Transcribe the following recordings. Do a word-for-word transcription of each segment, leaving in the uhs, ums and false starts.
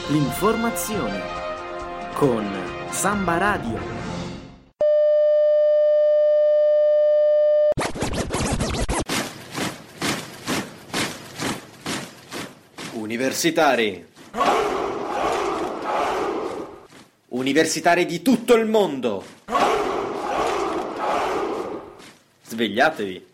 l'informazione con Samba Radio. Universitari. Universitari di tutto il mondo. Svegliatevi.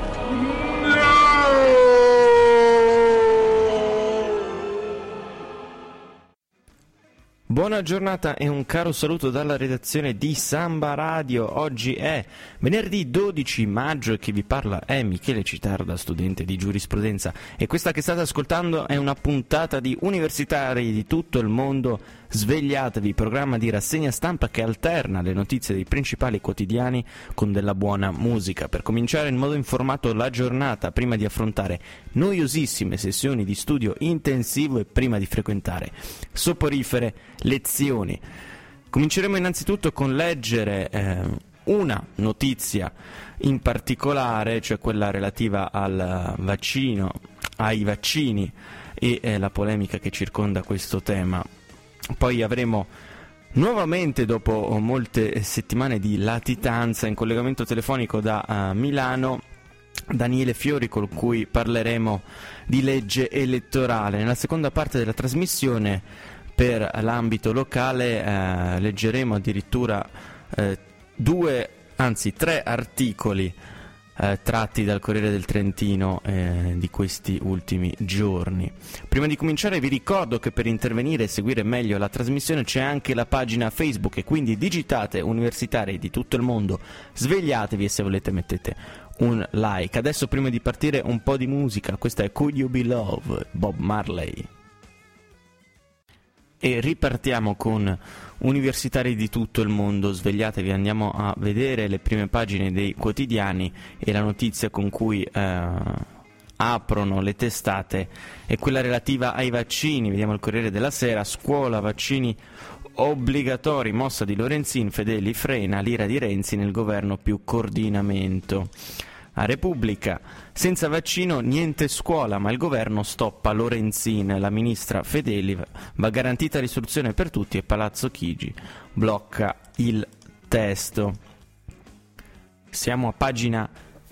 Buona giornata e un caro saluto dalla redazione di Samba Radio. Oggi è venerdì dodici maggio e chi vi parla è Michele Citarda, studente di giurisprudenza, e questa che state ascoltando è una puntata di Universitari di tutto il mondo. Svegliatevi, programma di rassegna stampa che alterna le notizie dei principali quotidiani con della buona musica, per cominciare in modo informato la giornata prima di affrontare noiosissime sessioni di studio intensivo e prima di frequentare soporifere lezioni. Cominceremo innanzitutto con leggere eh, una notizia in particolare, cioè quella relativa al vaccino, ai vaccini e eh, la polemica che circonda questo tema. Poi avremo nuovamente, dopo molte settimane di latitanza, in collegamento telefonico da uh, Milano, Daniele Fiori, con cui parleremo di legge elettorale. Nella seconda parte della trasmissione, per l'ambito locale, eh, leggeremo addirittura eh, due, anzi tre articoli eh, tratti dal Corriere del Trentino eh, di questi ultimi giorni. Prima di cominciare vi ricordo che per intervenire e seguire meglio la trasmissione c'è anche la pagina Facebook, e quindi digitate Universitari di tutto il mondo, svegliatevi e se volete mettete un like. Adesso, prima di partire, un po' di musica. Questa è Could You Be Love, Bob Marley. E ripartiamo con Universitari di tutto il mondo, svegliatevi, andiamo a vedere le prime pagine dei quotidiani, e la notizia con cui eh, aprono le testate è quella relativa ai vaccini. Vediamo il Corriere della Sera: scuola, vaccini obbligatori, mossa di Lorenzin, Fedeli frena l'ira di Renzi, nel governo più coordinamento. A Repubblica: senza vaccino niente scuola, ma il governo stoppa Lorenzin, la ministra Fedeli, va garantita l'istruzione per tutti e Palazzo Chigi blocca il testo. Siamo a pagina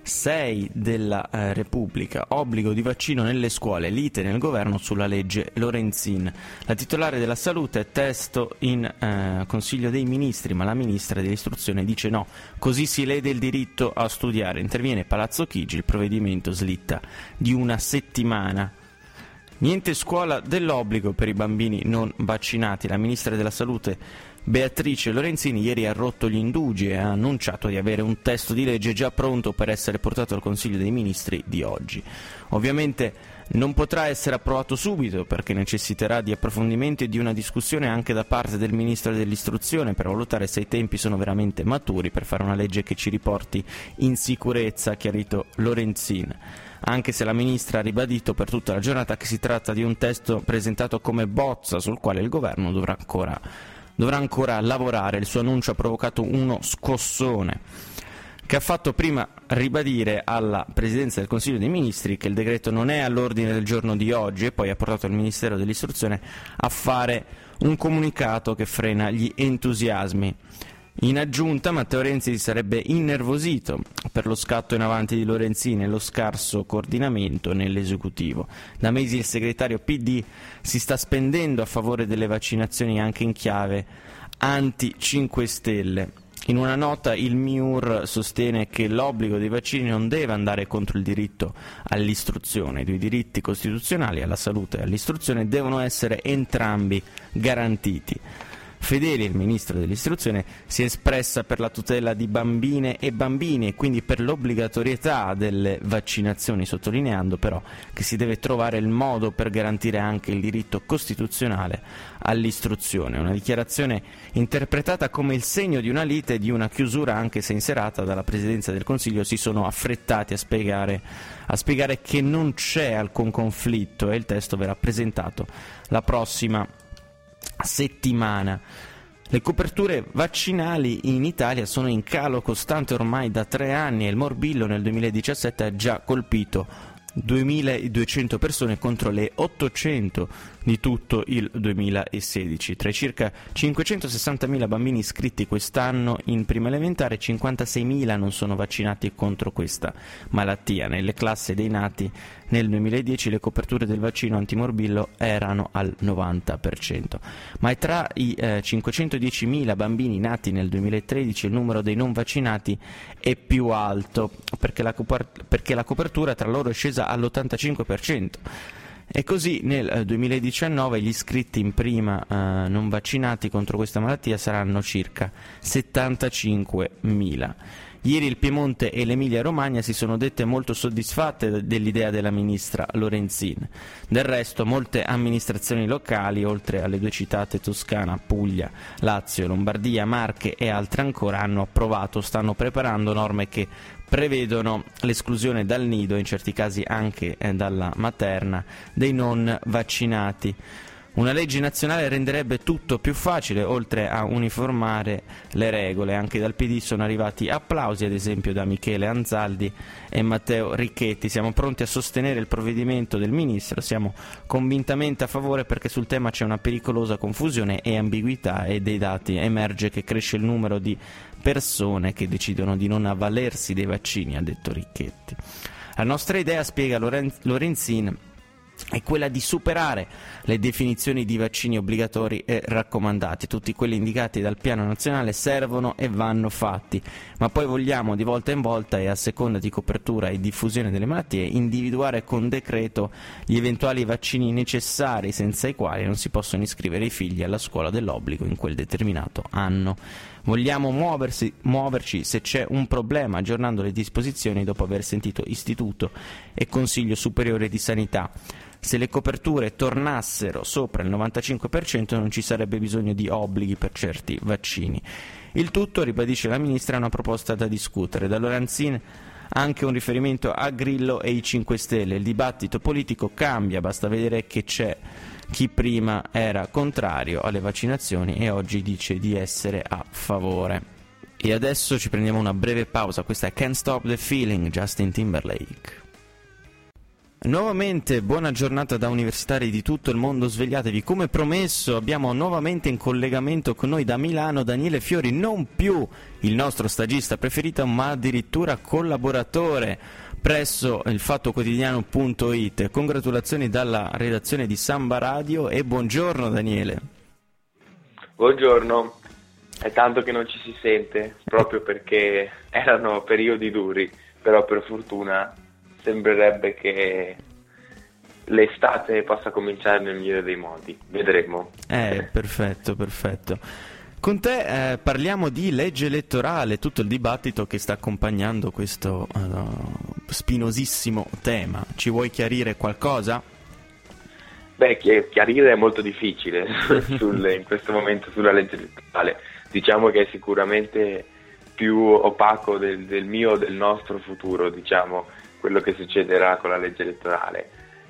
sei della eh, Repubblica: obbligo di vaccino nelle scuole, lite nel governo sulla legge Lorenzin. La titolare della salute: testo in eh, Consiglio dei Ministri, ma la ministra dell'istruzione dice no, così si lede il diritto a studiare. Interviene Palazzo Chigi, il provvedimento slitta di una settimana. Niente scuola dell'obbligo per i bambini non vaccinati. La ministra della salute Beatrice Lorenzin ieri ha rotto gli indugi e ha annunciato di avere un testo di legge già pronto per essere portato al Consiglio dei Ministri di oggi. Ovviamente non potrà essere approvato subito, perché necessiterà di approfondimenti e di una discussione anche da parte del Ministro dell'Istruzione per valutare se i tempi sono veramente maturi per fare una legge che ci riporti in sicurezza, ha chiarito Lorenzin. Anche se la ministra ha ribadito per tutta la giornata che si tratta di un testo presentato come bozza sul quale il governo dovrà ancora, dovrà ancora lavorare. Il suo annuncio ha provocato uno scossone, che ha fatto prima ribadire alla Presidenza del Consiglio dei Ministri che il decreto non è all'ordine del giorno di oggi, e poi ha portato il Ministero dell'Istruzione a fare un comunicato che frena gli entusiasmi. In aggiunta, Matteo Renzi si sarebbe innervosito per lo scatto in avanti di Lorenzin e lo scarso coordinamento nell'esecutivo. Da mesi il segretario P D si sta spendendo a favore delle vaccinazioni anche in chiave anti cinque Stelle. In una nota il M I U R sostiene che l'obbligo dei vaccini non deve andare contro il diritto all'istruzione. I due diritti costituzionali, alla salute e all'istruzione, devono essere entrambi garantiti. Fedeli, il ministro dell'istruzione, si è espressa per la tutela di bambine e bambini e quindi per l'obbligatorietà delle vaccinazioni, sottolineando però che si deve trovare il modo per garantire anche il diritto costituzionale all'istruzione. Una dichiarazione interpretata come il segno di una lite e di una chiusura, anche se in serata dalla Presidenza del Consiglio si sono affrettati a spiegare, a spiegare che non c'è alcun conflitto e il testo verrà presentato la prossima settimana. Le coperture vaccinali in Italia sono in calo costante ormai da tre anni e il morbillo nel duemiladiciassette ha già colpito duemiladuecento persone contro le ottocento di tutto il duemilasedici. Tra i circa cinquecentosessantamila bambini iscritti quest'anno in prima elementare, cinquantaseimila non sono vaccinati contro questa malattia. Nelle classi dei nati nel duemiladieci le coperture del vaccino antimorbillo erano al novanta per cento, ma tra i eh, cinquecentodiecimila bambini nati nel duemilatredici il numero dei non vaccinati è più alto, perché la, copert- perché la copertura tra loro è scesa all'ottantacinque per cento. E così nel duemiladiciannove gli iscritti in prima eh, non vaccinati contro questa malattia saranno circa settantacinquemila. Ieri il Piemonte e l'Emilia Romagna si sono dette molto soddisfatte dell'idea della ministra Lorenzin. Del resto molte amministrazioni locali, oltre alle due citate Toscana, Puglia, Lazio, Lombardia, Marche e altre ancora, hanno approvato, stanno preparando norme che prevedono l'esclusione dal nido, in certi casi anche eh, dalla materna, dei non vaccinati. Una legge nazionale renderebbe tutto più facile, oltre a uniformare le regole. Anche dal P D sono arrivati applausi, ad esempio da Michele Anzaldi e Matteo Ricchetti. Siamo pronti a sostenere il provvedimento del Ministro, siamo convintamente a favore perché sul tema c'è una pericolosa confusione e ambiguità e dei dati emerge che cresce il numero di persone che decidono di non avvalersi dei vaccini, ha detto Ricchetti. La nostra idea, spiega Lorenz- Lorenzin, è quella di superare le definizioni di vaccini obbligatori e raccomandati. Tutti quelli indicati dal piano nazionale servono e vanno fatti, ma poi vogliamo di volta in volta e a seconda di copertura e diffusione delle malattie individuare con decreto gli eventuali vaccini necessari senza i quali non si possono iscrivere i figli alla scuola dell'obbligo in quel determinato anno. Vogliamo muoversi, muoverci se c'è un problema, aggiornando le disposizioni dopo aver sentito Istituto e Consiglio Superiore di Sanità. Se le coperture tornassero sopra il novantacinque per cento non ci sarebbe bisogno di obblighi per certi vaccini. Il tutto, ribadisce la Ministra, è una proposta da discutere. Da Lorenzin anche un riferimento a Grillo e i cinque Stelle. Il dibattito politico cambia, basta vedere che c'è chi prima era contrario alle vaccinazioni e oggi dice di essere a favore. E adesso ci prendiamo una breve pausa. Questa è Can't Stop the Feeling, Justin Timberlake. Nuovamente buona giornata da universitari di tutto il mondo, svegliatevi. Come promesso abbiamo nuovamente in collegamento con noi da Milano Daniele Fiori, non più il nostro stagista preferito ma addirittura collaboratore presso il fatto quotidiano punto it. Congratulazioni dalla redazione di Samba Radio e buongiorno Daniele. Buongiorno, è tanto che non ci si sente proprio perché erano periodi duri, però per fortuna sembrerebbe che l'estate possa cominciare nel migliore dei modi, vedremo. Eh, perfetto, perfetto. Con te eh, parliamo di legge elettorale, tutto il dibattito che sta accompagnando questo uh, spinosissimo tema. Ci vuoi chiarire qualcosa? Beh, chiarire è molto difficile sul, in questo momento sulla legge elettorale. Diciamo che è sicuramente più opaco del, del mio, del nostro futuro, diciamo, quello che succederà con la legge elettorale.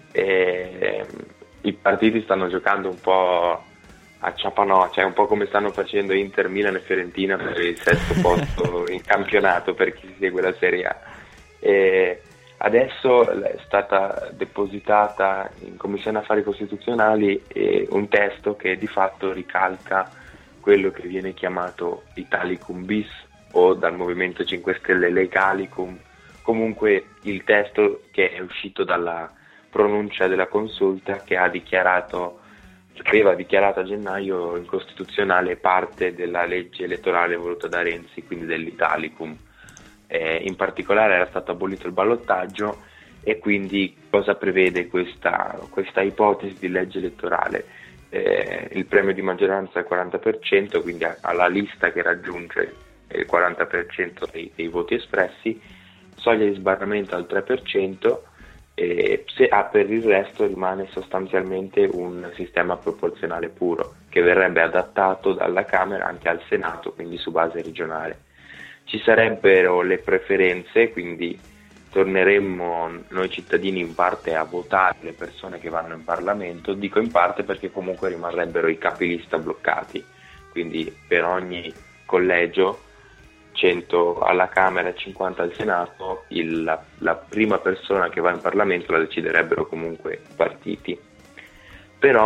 E, i partiti stanno giocando un po' a ciapanò, cioè un po' come stanno facendo Inter, Milan e Fiorentina per il sesto posto in campionato per chi segue la Serie A. E adesso è stata depositata in Commissione Affari Costituzionali eh, un testo che di fatto ricalca quello che viene chiamato Italicum bis o dal Movimento cinque Stelle Legalicum, comunque il testo che è uscito dalla pronuncia della Consulta che ha dichiarato, aveva dichiarato a gennaio incostituzionale parte della legge elettorale voluta da Renzi, quindi dell'Italicum. Eh, in particolare era stato abolito il ballottaggio e quindi cosa prevede questa, questa ipotesi di legge elettorale? Eh, il premio di maggioranza è il quaranta per cento, quindi alla lista che raggiunge il quaranta per cento dei, dei voti espressi, soglia di sbarramento al tre per cento e se, ah, per il resto rimane sostanzialmente un sistema proporzionale puro che verrebbe adattato dalla Camera anche al Senato, quindi su base regionale. Ci sarebbero le preferenze, quindi torneremmo noi cittadini in parte a votare le persone che vanno in Parlamento, dico in parte perché comunque rimarrebbero i capilista bloccati, quindi per ogni collegio, cento alla Camera e cinquanta al Senato, il, la, la prima persona che va in Parlamento la deciderebbero comunque i partiti. Però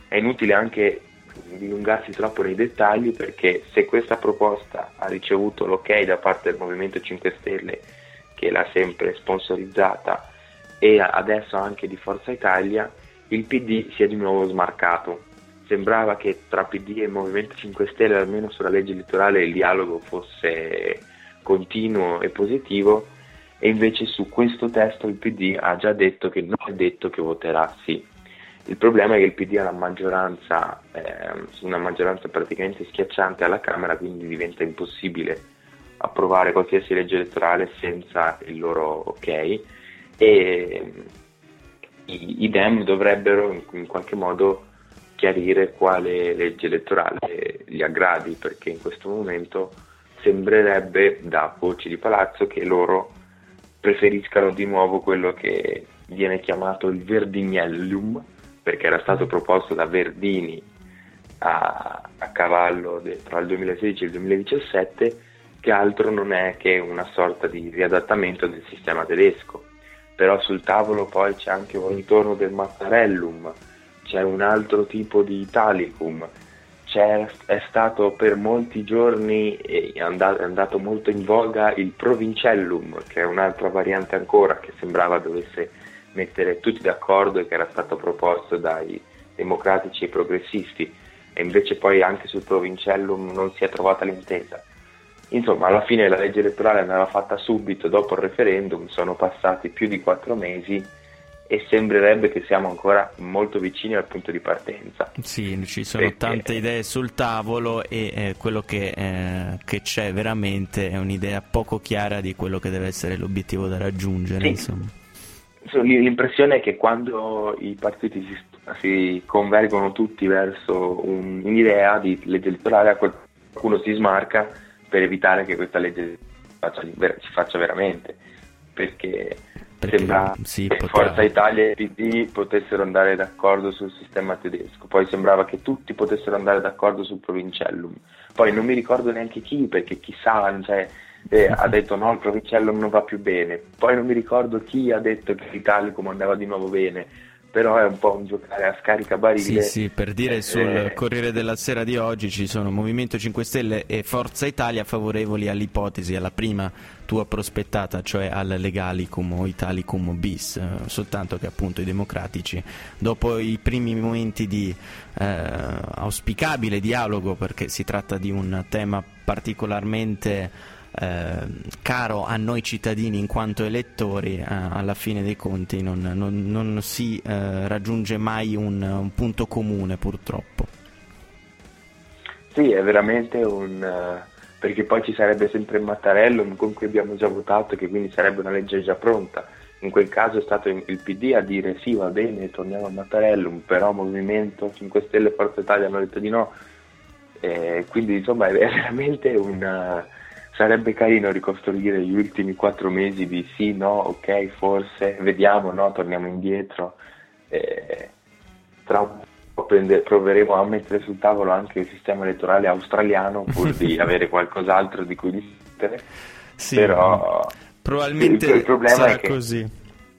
è inutile anche dilungarsi troppo nei dettagli, perché se questa proposta ha ricevuto l'ok da parte del Movimento cinque Stelle, che l'ha sempre sponsorizzata, e adesso anche di Forza Italia, il P D si è di nuovo smarcato. Sembrava che tra P D e Movimento cinque Stelle, almeno sulla legge elettorale, il dialogo fosse continuo e positivo, e invece su questo testo il P D ha già detto che non è detto che voterà sì. Il problema è che il P D ha la maggioranza, eh, una maggioranza praticamente schiacciante alla Camera, quindi diventa impossibile approvare qualsiasi legge elettorale senza il loro ok, e i, i Dem dovrebbero in, in qualche modo chiarire quale legge elettorale gli aggradi, perché in questo momento sembrerebbe da voci di palazzo che loro preferiscano di nuovo quello che viene chiamato il Verdignellum, perché era stato proposto da Verdini a, a cavallo de, tra il duemilasedici e il duemiladiciassette, che altro non è che una sorta di riadattamento del sistema tedesco. Però sul tavolo poi c'è anche un ritorno del Mattarellum, c'è un altro tipo di Italicum, c'è, è stato per molti giorni, è andato, è andato molto in voga il Provincellum, che è un'altra variante ancora, che sembrava dovesse mettere tutti d'accordo e che era stato proposto dai democratici e progressisti, e invece poi anche sul Provincellum non si è trovata l'intesa. Insomma, alla fine la legge elettorale andava fatta subito dopo il referendum, sono passati più di quattro mesi e sembrerebbe che siamo ancora molto vicini al punto di partenza. Sì, ci sono Perché... tante idee sul tavolo, e eh, quello che, eh, che c'è veramente è un'idea poco chiara di quello che deve essere l'obiettivo da raggiungere. Sì. Insomma. L'impressione è che quando i partiti si, si convergono tutti verso un, un'idea di legge elettorale, qualcuno si smarca per evitare che questa legge faccia, si faccia veramente, perché, perché sembra sì, che potrà... Forza Italia e P D potessero andare d'accordo sul sistema tedesco, poi sembrava che tutti potessero andare d'accordo sul Provincellum, poi non mi ricordo neanche chi, perché chissà, cioè, eh, ha detto no, il Provincellum non va più bene, poi non mi ricordo chi ha detto che l'Italicum andava di nuovo bene, però è un po' un giocare a scaricabarile. Sì, sì, per dire, sul eh, Corriere della Sera di oggi ci sono Movimento cinque Stelle e Forza Italia favorevoli all'ipotesi, alla prima tua prospettata, cioè al Legalicum o Italicum bis, eh, soltanto che appunto i democratici, dopo i primi momenti di eh, auspicabile dialogo, perché si tratta di un tema particolarmente Eh, caro a noi cittadini in quanto elettori, eh, alla fine dei conti non, non, non si eh, raggiunge mai un, un punto comune, purtroppo. Sì, è veramente un uh, perché poi ci sarebbe sempre il Mattarellum con cui abbiamo già votato, che quindi sarebbe una legge già pronta. In quel caso è stato il P D a dire sì, va bene, torniamo al Mattarellum, però Movimento cinque Stelle e Forza Italia hanno detto di no, eh, quindi insomma è veramente un uh, sarebbe carino ricostruire gli ultimi quattro mesi di sì, no, ok, forse, vediamo, no, torniamo indietro. Eh, tra un po' prende, proveremo a mettere sul tavolo anche il sistema elettorale australiano, pur di avere qualcos'altro di cui discutere. Sì, però probabilmente il, il problema sarà è che così.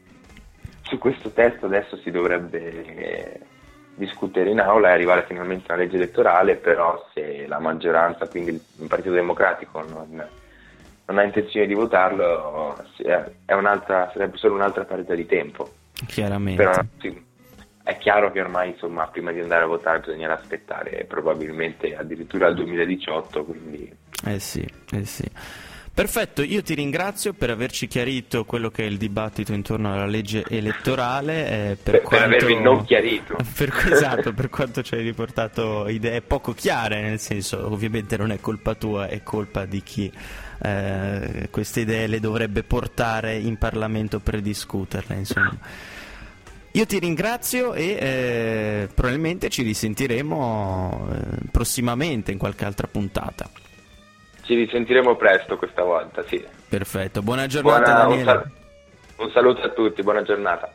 Su questo testo adesso si dovrebbe eh, discutere in aula e arrivare finalmente a una legge elettorale, però se la maggioranza, quindi il Partito Democratico, non, non ha intenzione di votarlo, è un'altra, sarebbe solo un'altra perdita di tempo. Chiaramente. Però sì, è chiaro che ormai insomma prima di andare a votare bisognerà aspettare probabilmente addirittura al duemiladiciotto, quindi... Eh sì, eh sì. Perfetto, io ti ringrazio per averci chiarito quello che è il dibattito intorno alla legge elettorale. Eh, per, per, quanto... per avervi non chiarito. Per, esatto, per quanto ci hai riportato idee poco chiare, nel senso, ovviamente non è colpa tua, è colpa di chi eh, queste idee le dovrebbe portare in Parlamento per discuterle, insomma. Io ti ringrazio e eh, probabilmente ci risentiremo eh, prossimamente in qualche altra puntata. Ci risentiremo presto questa volta, sì. Perfetto, buona giornata. Buona, Daniele. Un, sal- un saluto a tutti, buona giornata.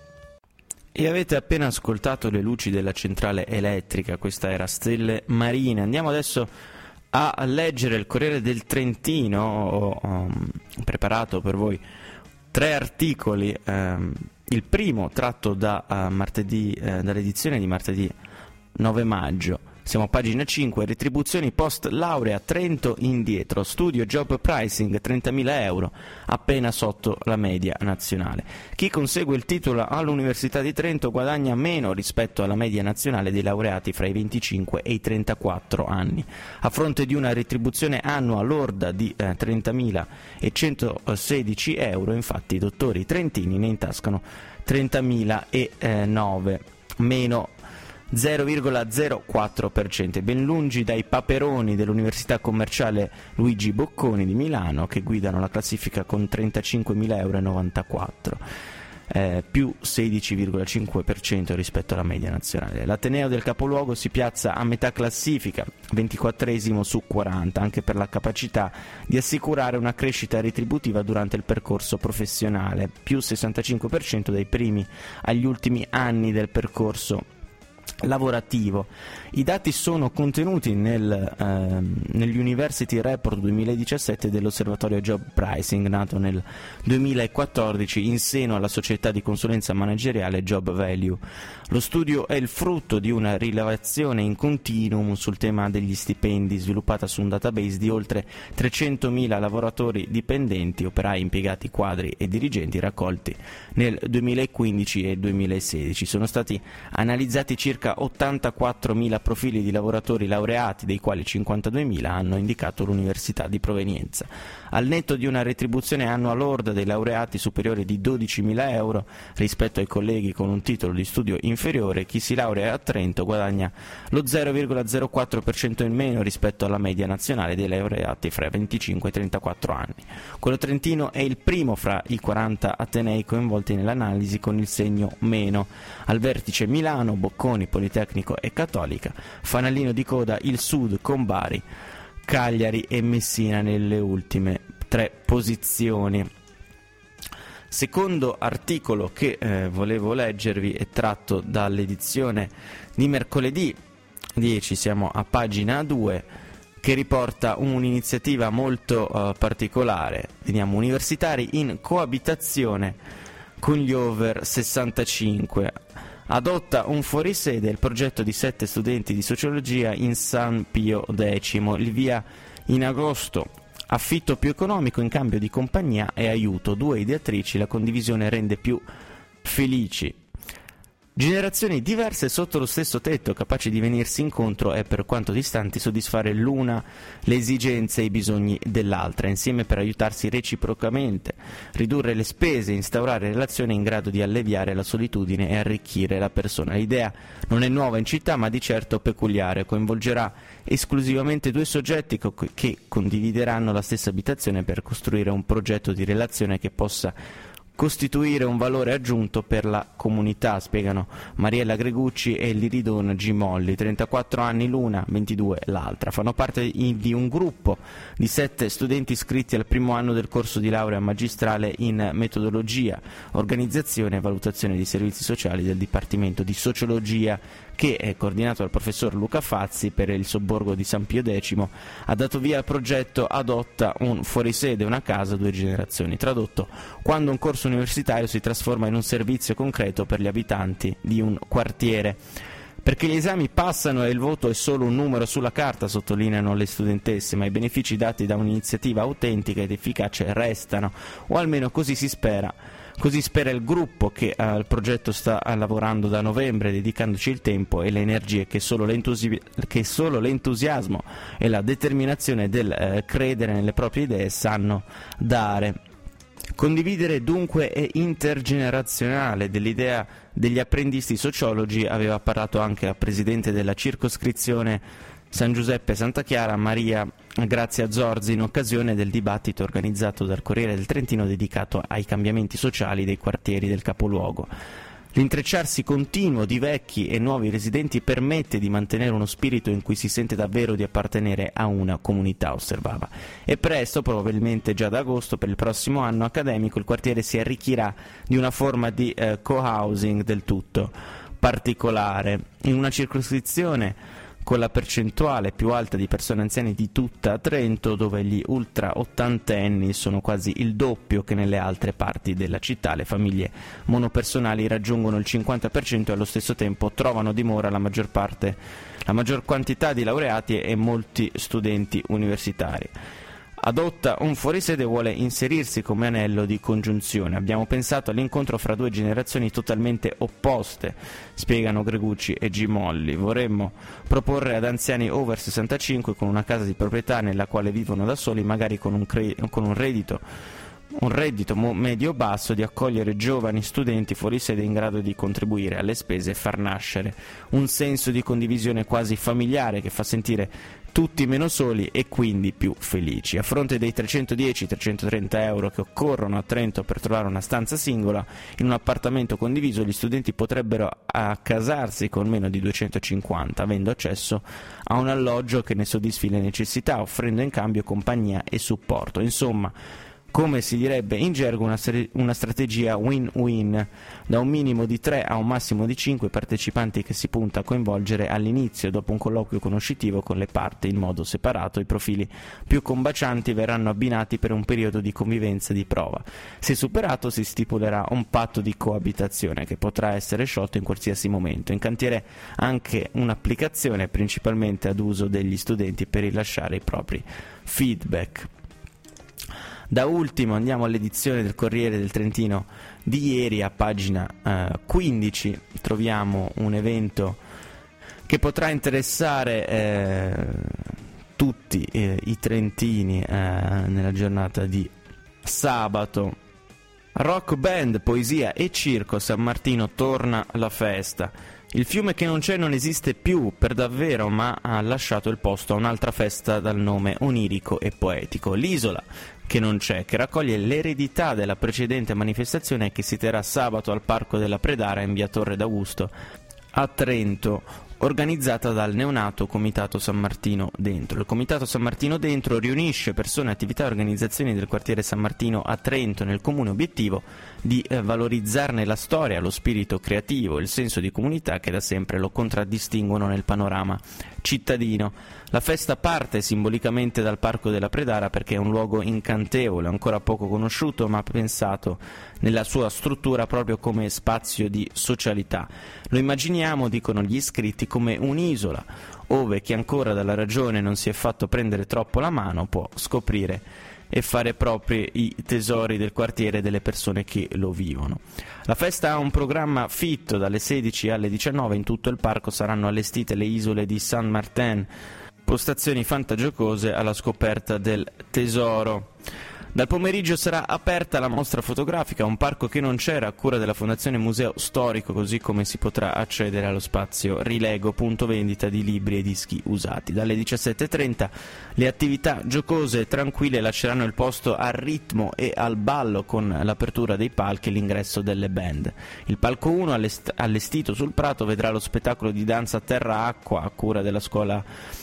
E avete appena ascoltato le luci della centrale elettrica, questa era Stelle Marine. Andiamo adesso a leggere il Corriere del Trentino, ho um, preparato per voi tre articoli, um, il primo tratto da uh, martedì, uh, dall'edizione di martedì nove maggio. Siamo a pagina cinque, retribuzioni post laurea Trento indietro, studio job pricing trentamila euro, appena sotto la media nazionale. Chi consegue il titolo all'Università di Trento guadagna meno rispetto alla media nazionale dei laureati fra i venticinque e i trentaquattro anni. A fronte di una retribuzione annua lorda di eh, trentamilaecentosedici euro, infatti i dottori trentini ne intascano trentamilanove, meno zero virgola zero quattro per cento, ben lungi dai paperoni dell'Università Commerciale Luigi Bocconi di Milano, che guidano la classifica con trentacinquemila euro e novantaquattro, eh, più sedici virgola cinque per cento rispetto alla media nazionale. L'Ateneo del capoluogo si piazza a metà classifica, ventiquattresimo su quaranta, anche per la capacità di assicurare una crescita retributiva durante il percorso professionale, più sessantacinque per cento dai primi agli ultimi anni del percorso lavorativo. I dati sono contenuti nel, ehm, negli University Report duemiladiciassette dell'Osservatorio Job Pricing, nato nel duemilaquattordici in seno alla società di consulenza manageriale Job Value. Lo studio è il frutto di una rilevazione in continuum sul tema degli stipendi, sviluppata su un database di oltre trecentomila lavoratori dipendenti, operai, impiegati, quadri e dirigenti raccolti nel duemilaquindici e duemilasedici. Sono stati analizzati circa ottantaquattromila profili di lavoratori laureati, dei quali cinquantaduemila hanno indicato l'università di provenienza. Al netto di una retribuzione annua lorda dei laureati superiore di dodicimila euro rispetto ai colleghi con un titolo di studio inferiore, chi si laurea a Trento guadagna lo zero virgola zero quattro per cento in meno rispetto alla media nazionale dei laureati fra i venticinque e i trentaquattro anni. Quello trentino è il primo fra i quaranta atenei coinvolti nell'analisi, con il segno meno. Al vertice Milano, Bocconi, Politecnico e Cattolica, fanalino di coda il Sud con Bari, Cagliari e Messina nelle ultime tre posizioni. Secondo articolo che eh, volevo leggervi è tratto dall'edizione di mercoledì dieci, siamo a pagina due, che riporta un'iniziativa molto uh, particolare. Vediamo: universitari in coabitazione con gli over sessantacinque. Adotta un fuorisede il progetto di sette studenti di sociologia in San Pio X. Il via in agosto: affitto più economico in cambio di compagnia e aiuto. Due ideatrici: la condivisione rende più felici. Generazioni diverse sotto lo stesso tetto, capaci di venirsi incontro e, per quanto distanti, soddisfare l'una le esigenze e i bisogni dell'altra, insieme per aiutarsi reciprocamente, ridurre le spese, instaurare relazioni in grado di alleviare la solitudine e arricchire la persona. L'idea non è nuova in città, ma di certo peculiare. Coinvolgerà esclusivamente due soggetti co- che condivideranno la stessa abitazione per costruire un progetto di relazione che possa costituire un valore aggiunto per la comunità, spiegano Mariella Gregucci e Liridon Gimolli, trentaquattro anni l'una, ventidue l'altra. Fanno parte di un gruppo di sette studenti iscritti al primo anno del corso di laurea magistrale in metodologia, organizzazione e valutazione dei servizi sociali del Dipartimento di Sociologia, che è coordinato dal professor Luca Fazzi per il sobborgo di San Pio X. Ha dato via al progetto Adotta un fuorisede, una casa, due generazioni. Tradotto: quando un corso universitario si trasforma in un servizio concreto per gli abitanti di un quartiere. Perché gli esami passano e il voto è solo un numero sulla carta, sottolineano le studentesse, ma i benefici dati da un'iniziativa autentica ed efficace restano, o almeno così si spera. Così spera il gruppo che al progetto sta lavorando da novembre, dedicandoci il tempo e le energie che solo, l'entusi- che solo l'entusiasmo e la determinazione del eh, credere nelle proprie idee sanno dare. Condividere dunque è intergenerazionale. Dell'idea degli apprendisti sociologi aveva parlato anche la presidente della circoscrizione San Giuseppe Santa Chiara, Maria Grazia Zorzi, in occasione del dibattito organizzato dal Corriere del Trentino dedicato ai cambiamenti sociali dei quartieri del capoluogo. L'intrecciarsi continuo di vecchi e nuovi residenti permette di mantenere uno spirito in cui si sente davvero di appartenere a una comunità, osservava. E presto, probabilmente già da agosto, per il prossimo anno accademico, il quartiere si arricchirà di una forma di eh, co-housing del tutto particolare. In una circoscrizione con la percentuale più alta di persone anziane di tutta Trento, dove gli ultra ottantenni sono quasi il doppio che nelle altre parti della città. Le famiglie monopersonali raggiungono il cinquanta per cento e allo stesso tempo trovano dimora la maggior parte, la maggior quantità di laureati e molti studenti universitari. Adotta un fuorisede e vuole inserirsi come anello di congiunzione. Abbiamo pensato all'incontro fra due generazioni totalmente opposte, spiegano Gregucci e Gimolli. Vorremmo proporre ad anziani over sessantacinque con una casa di proprietà nella quale vivono da soli, magari con un, cre- con un reddito un reddito medio-basso, di accogliere giovani studenti fuori sede in grado di contribuire alle spese e far nascere un senso di condivisione quasi familiare che fa sentire tutti meno soli e quindi più felici. A fronte dei trecentodieci trecentotrenta euro che occorrono a Trento per trovare una stanza singola in un appartamento condiviso, gli studenti potrebbero accasarsi con meno di duecentocinquanta, avendo accesso a un alloggio che ne soddisfi le necessità, offrendo in cambio compagnia e supporto. Insomma, come si direbbe in gergo, una, una strategia win-win, da un minimo di tre a un massimo di cinque partecipanti che si punta a coinvolgere all'inizio. Dopo un colloquio conoscitivo con le parti in modo separato, i profili più combacianti verranno abbinati per un periodo di convivenza di prova. Se superato, si stipulerà un patto di coabitazione che potrà essere sciolto in qualsiasi momento. In cantiere anche un'applicazione principalmente ad uso degli studenti per rilasciare i propri feedback. Da ultimo andiamo all'edizione del Corriere del Trentino di ieri. A pagina eh, quindici troviamo un evento che potrà interessare eh, tutti eh, i trentini eh, nella giornata di sabato. Rock band, poesia e circo, San Martino torna la festa. Il fiume che non c'è non esiste più per davvero, ma ha lasciato il posto a un'altra festa dal nome onirico e poetico. L'isola che non c'è, che raccoglie l'eredità della precedente manifestazione che si terrà sabato al Parco della Predara in via Torre d'Augusto a Trento, organizzata dal neonato Comitato San Martino Dentro. Il Comitato San Martino Dentro riunisce persone, attività e organizzazioni del quartiere San Martino a Trento nel comune obiettivo di eh, valorizzarne la storia, lo spirito creativo e il senso di comunità che da sempre lo contraddistinguono nel panorama cittadino. La festa parte simbolicamente dal Parco della Predara perché è un luogo incantevole, ancora poco conosciuto, ma pensato nella sua struttura proprio come spazio di socialità. Lo immaginiamo, dicono gli iscritti, come un'isola, ove chi ancora dalla ragione non si è fatto prendere troppo la mano può scoprire e fare propri i tesori del quartiere e delle persone che lo vivono. La festa ha un programma fitto. Dalle sedici alle diciannove in tutto il parco saranno allestite le isole di Saint Martin, postazioni fantagiocose alla scoperta del tesoro. Dal pomeriggio sarà aperta la mostra fotografica, un parco che non c'era, a cura della Fondazione Museo Storico, così come si potrà accedere allo spazio Rilego, punto vendita di libri e dischi usati. Dalle diciassette e trenta le attività giocose e tranquille lasceranno il posto al ritmo e al ballo, con l'apertura dei palchi e l'ingresso delle band. Il palco uno, allest- allestito sul prato, vedrà lo spettacolo di danza terra-acqua a cura della scuola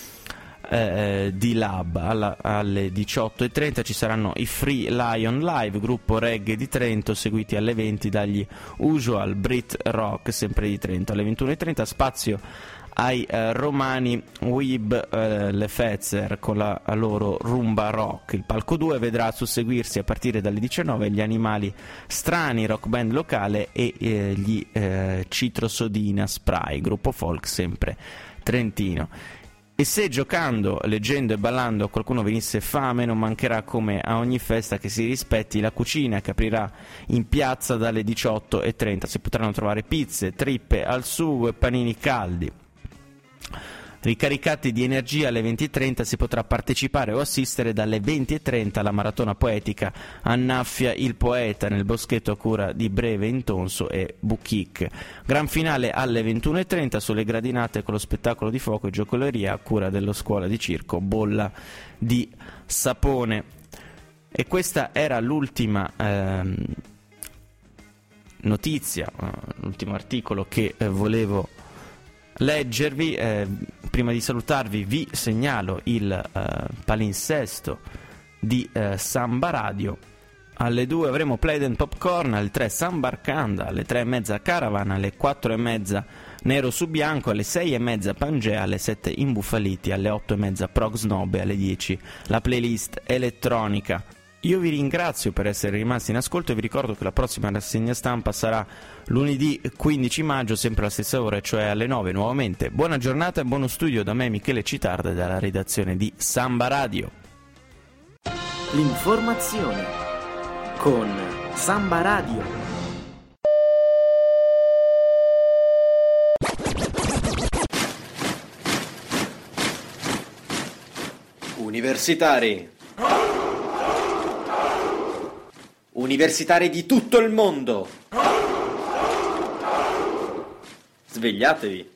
Eh, di Lab. Alla, alle diciotto e trenta ci saranno i Free Lion Live, gruppo reggae di Trento, seguiti alle venti dagli Usual Brit Rock, sempre di Trento. Alle ventuno e trenta spazio ai eh, romani Weeb eh, Le Fetzer con la, la loro rumba rock. Il palco due vedrà susseguirsi a partire dalle diciannove gli Animali Strani, rock band locale, e eh, gli eh, Citrosodina Spray, gruppo folk sempre trentino. E se giocando, leggendo e ballando qualcuno venisse fame, non mancherà, come a ogni festa che si rispetti, la cucina che aprirà in piazza dalle diciotto e trenta. Si potranno trovare pizze, trippe al sugo e panini caldi. Ricaricati di energia, alle venti e trenta si potrà partecipare o assistere dalle venti e trenta alla maratona poetica Annaffia il poeta nel boschetto a cura di Breve Intonso e Buchic. Gran finale alle ventuno e trenta sulle gradinate con lo spettacolo di fuoco e giocoleria a cura dello scuola di circo Bolla di Sapone. E questa era l'ultima ehm, notizia, l'ultimo articolo che eh, volevo leggervi. Eh, prima di salutarvi vi segnalo il eh, palinsesto di eh, Samba Radio. Alle due avremo Played and Popcorn, alle tre Sambarcanda, alle tre e mezza Caravan, alle quattro e mezza Nero su bianco, alle sei e mezza Pangea, alle sette Imbufaliti, alle otto e mezza Prog Snob e alle dieci la playlist elettronica. Io vi ringrazio per essere rimasti in ascolto e vi ricordo che la prossima rassegna stampa sarà lunedì quindici maggio, sempre alla stessa ora, cioè alle nove nuovamente. Buona giornata e buono studio da me, Michele Citarda, dalla redazione di Samba Radio. L'informazione con Samba Radio. Universitari. Universitari di tutto il mondo. Svegliatevi.